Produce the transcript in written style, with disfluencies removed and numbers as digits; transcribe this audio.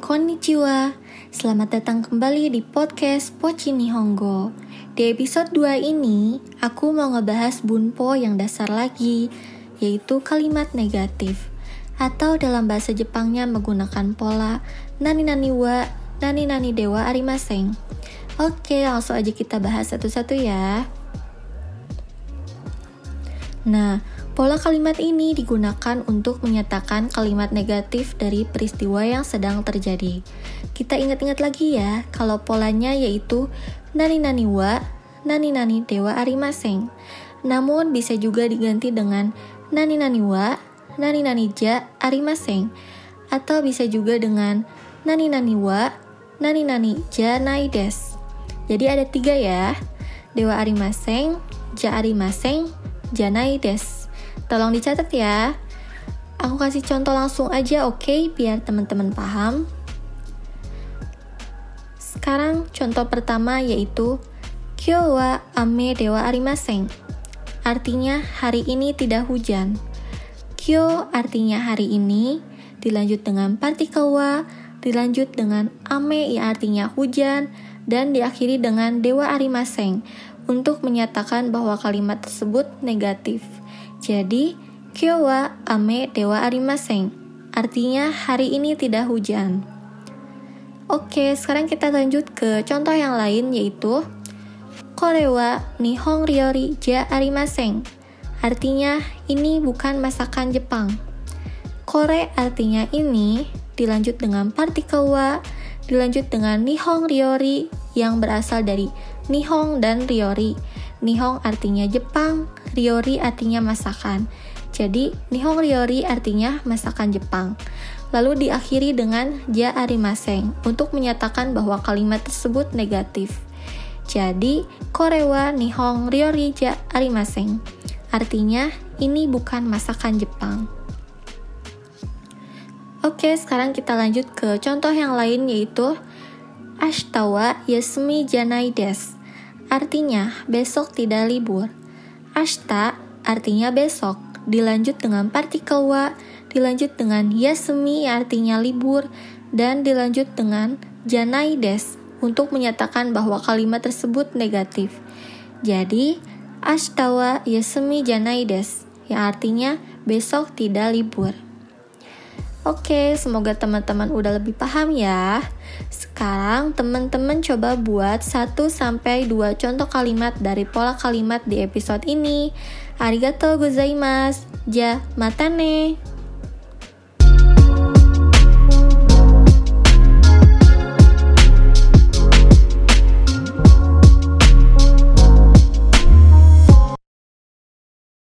Konnichiwa, selamat datang kembali di podcast Pochi Nihongo. Di episode 2 ini, aku mau ngebahas bunpo yang dasar lagi, yaitu kalimat negatif. Atau dalam bahasa Jepangnya menggunakan pola nani-nani wa, nani-nani dewa arimaseng. Oke, langsung aja kita bahas satu-satu ya. Nah, pola kalimat ini digunakan untuk menyatakan kalimat negatif dari peristiwa yang sedang terjadi. Kita ingat-ingat lagi ya, kalau polanya yaitu nani-nani wa, nani-nani dewa arimaseng. Namun bisa juga diganti dengan nani-nani wa, nani-nani ja arimaseng. Atau bisa juga dengan nani-nani wa, nani-nani ja nai desu. Jadi ada 3 ya, dewa arimaseng, ja arimaseng, ja nai desu. Tolong dicatat ya. Aku kasih contoh langsung aja, oke? Biar teman-teman paham. Sekarang contoh pertama yaitu Kyou wa ame dewa arimaseng. Artinya hari ini tidak hujan. Kyou artinya hari ini, dilanjut dengan partikel wa, dilanjut dengan ame yang artinya hujan, dan diakhiri dengan dewa arimaseng untuk menyatakan bahwa kalimat tersebut negatif. Jadi, Kyou wa ame dewa arimaseng. Artinya hari ini tidak hujan. Oke, sekarang kita lanjut ke contoh yang lain yaitu Kore wa nihon ryori ja arimaseng. Artinya ini bukan masakan Jepang. Kore artinya ini, dilanjut dengan partikel wa, dilanjut dengan nihon ryori yang berasal dari nihon dan ryori. Nihon artinya Jepang, ryori artinya masakan. Jadi, nihon ryori artinya masakan Jepang. Lalu diakhiri dengan ja arimaseng untuk menyatakan bahwa kalimat tersebut negatif. Jadi, kore wa nihon ryori ja arimaseng. Artinya, ini bukan masakan Jepang. Oke, sekarang kita lanjut ke contoh yang lain yaitu ashita wa yasumi janai desu. Artinya, besok tidak libur. Ashita artinya besok, dilanjut dengan partikel wa, dilanjut dengan yasumi artinya libur, dan dilanjut dengan janai desu untuk menyatakan bahwa kalimat tersebut negatif. Jadi, ashita wa yasumi janai desu, yang artinya besok tidak libur. Oke, semoga teman-teman udah lebih paham ya. Sekarang teman-teman coba buat 1-2 contoh kalimat dari pola kalimat di episode ini. Arigatou gozaimasu. Ja, mata ne.